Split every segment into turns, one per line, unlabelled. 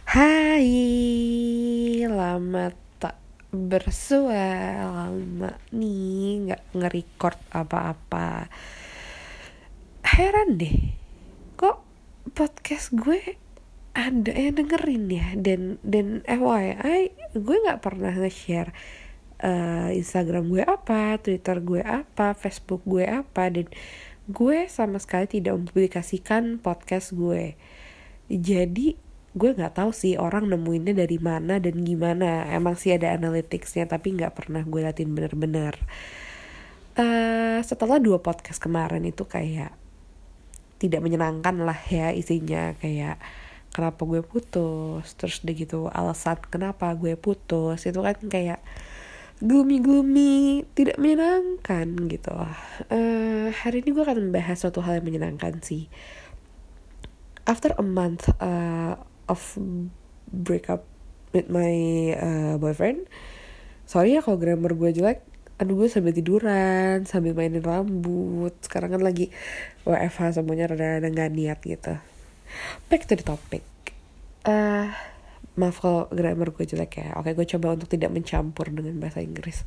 Hai, lama tak bersua, lama nih nggak nge-record apa-apa. Heran deh, kok podcast gue ada yang dengerin ya. Dan FYI, gue nggak pernah nge-share Instagram gue apa, Twitter gue apa, Facebook gue apa, dan gue sama sekali tidak mempublikasikan podcast gue. Jadi gue nggak tahu sih orang nemuinnya dari mana dan gimana. Emang sih ada analyticsnya, tapi nggak pernah gue liatin bener-bener. Setelah 2 podcast kemarin itu kayak tidak menyenangkan lah ya isinya, kayak kenapa gue putus, terus udah gitu alasan kenapa gue putus, itu kan kayak gloomy, tidak menyenangkan gitu. Hari ini gue akan membahas suatu hal yang menyenangkan sih. After a month of breakup with my boyfriend, sorry ya kalau grammar gue jelek. Aduh, gue sambil tiduran, sambil mainin rambut. Sekarang kan lagi WFH, semuanya rada-rada gak niat gitu. Back to the topic. Maaf kalau grammar gue jelek ya. Oke, gue coba untuk tidak mencampur dengan bahasa Inggris.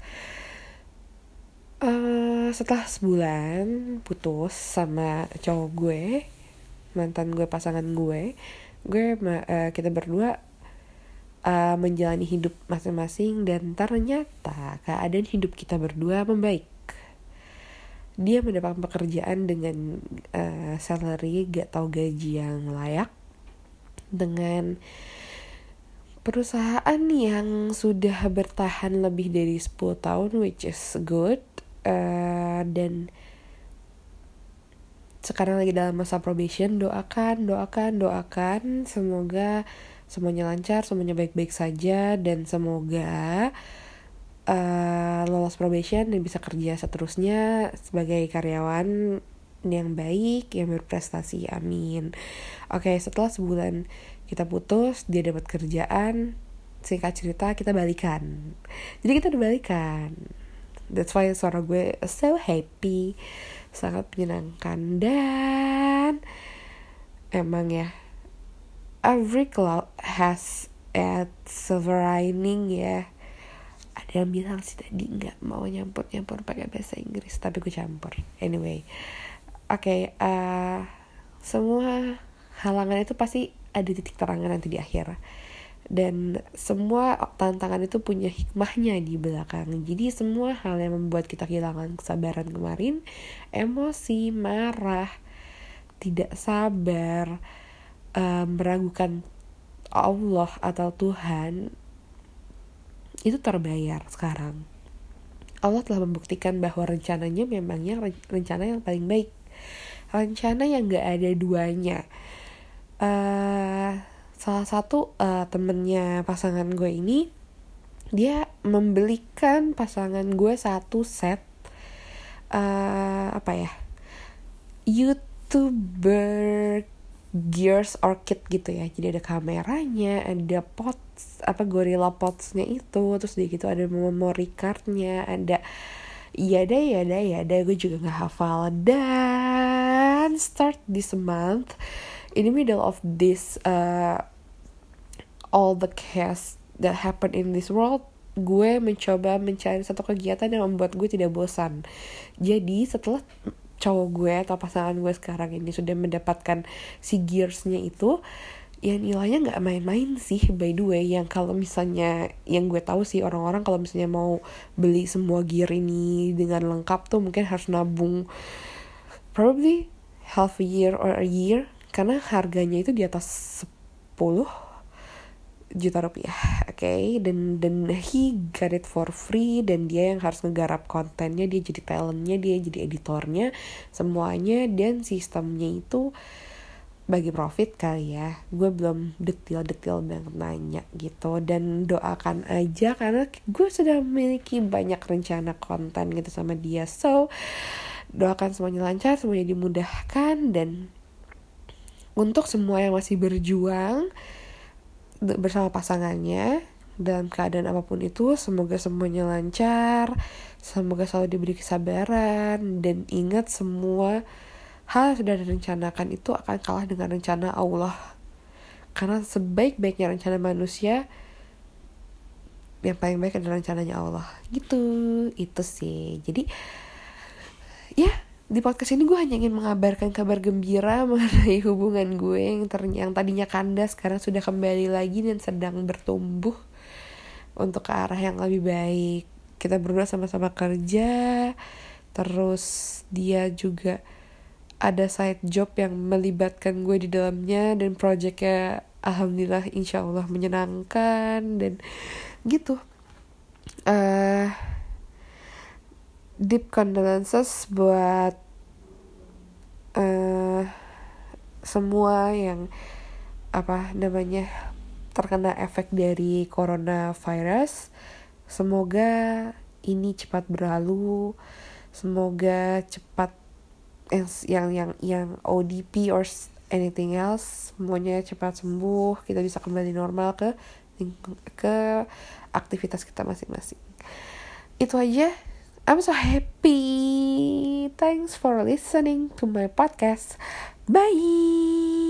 Setelah sebulan putus sama cowok gue, mantan gue, pasangan gue, kita berdua menjalani hidup masing-masing, dan ternyata keadaan hidup kita berdua membaik. Dia mendapat pekerjaan dengan salary gak tau gaji yang layak, dengan perusahaan yang sudah bertahan lebih dari 10 tahun, which is good. Dan sekarang lagi dalam masa probation. Doakan semoga semuanya lancar, semuanya baik-baik saja, dan semoga lolos probation dan bisa kerja seterusnya sebagai karyawan yang baik, yang berprestasi, amin. Oke, setelah sebulan kita putus, dia dapat kerjaan. Singkat cerita, kita balikan. Jadi kita udah balikan. That's why suara gue so happy, sangat menyenangkan. Dan emang ya, every cloud has a silver lining ya. Ada yang bilang sih tadi nggak mau nyampur pakai bahasa Inggris, tapi gue campur. Anyway, oke, semua halangan itu pasti ada titik terangnya nanti di akhir. Dan semua tantangan itu punya hikmahnya di belakang. Jadi semua hal yang membuat kita kehilangan kesabaran kemarin, emosi, marah, tidak sabar, meragukan Allah atau Tuhan, itu terbayar sekarang. Allah telah membuktikan bahwa rencananya memangnya rencana yang paling baik, rencana yang gak ada duanya. Salah satu temennya pasangan gue ini, dia membelikan pasangan gue satu set YouTuber Gears or Kit gitu ya. Jadi ada kameranya, ada Gorilla Pods-nya itu, terus dia gitu ada memory card-nya, ada gue juga nggak hafal. Dan start this month, in the middle of this all the chaos that happen in this world, gue mencoba mencari satu kegiatan yang membuat gue tidak bosan. Jadi setelah cowok gue atau pasangan gue sekarang ini sudah mendapatkan si gearsnya itu, yang nilainya nggak main-main sih, by the way. Yang kalau misalnya, yang gue tahu sih, orang-orang kalau misalnya mau beli semua gear ini dengan lengkap tuh mungkin harus nabung probably half a year or a year, karena harganya itu di atas 10 juta rupiah, okay? Dan he got it for free, dan dia yang harus ngegarap kontennya, dia jadi talentnya, dia jadi editornya, semuanya, dan sistemnya itu bagi profit kali ya. Gue belum detail banget nanya gitu. Dan doakan aja, karena gue sudah memiliki banyak rencana konten gitu sama dia. So doakan semuanya lancar, semuanya dimudahkan. Dan untuk semua yang masih berjuang bersama pasangannya dalam keadaan apapun itu, semoga semuanya lancar, semoga selalu diberi kesabaran. Dan ingat, semua hal yang sudah direncanakan itu akan kalah dengan rencana Allah. Karena sebaik-baiknya rencana manusia, yang paling baik adalah rencananya Allah. Gitu, itu sih. Jadi ya, di podcast ini gue hanya ingin mengabarkan kabar gembira mengenai hubungan gue yang tadinya kandas sekarang sudah kembali lagi dan sedang bertumbuh untuk ke arah yang lebih baik. Kita berdua sama-sama kerja, terus dia juga ada side job yang melibatkan gue di dalamnya, dan projectnya alhamdulillah insya Allah menyenangkan, dan gitu. Deep condolences buat semua yang terkena efek dari coronavirus. Semoga ini cepat berlalu, semoga cepat yang ODP or anything else semuanya cepat sembuh, kita bisa kembali normal ke aktivitas kita masing-masing. Itu aja. I'm so happy. Thanks for listening to my podcast. Bye.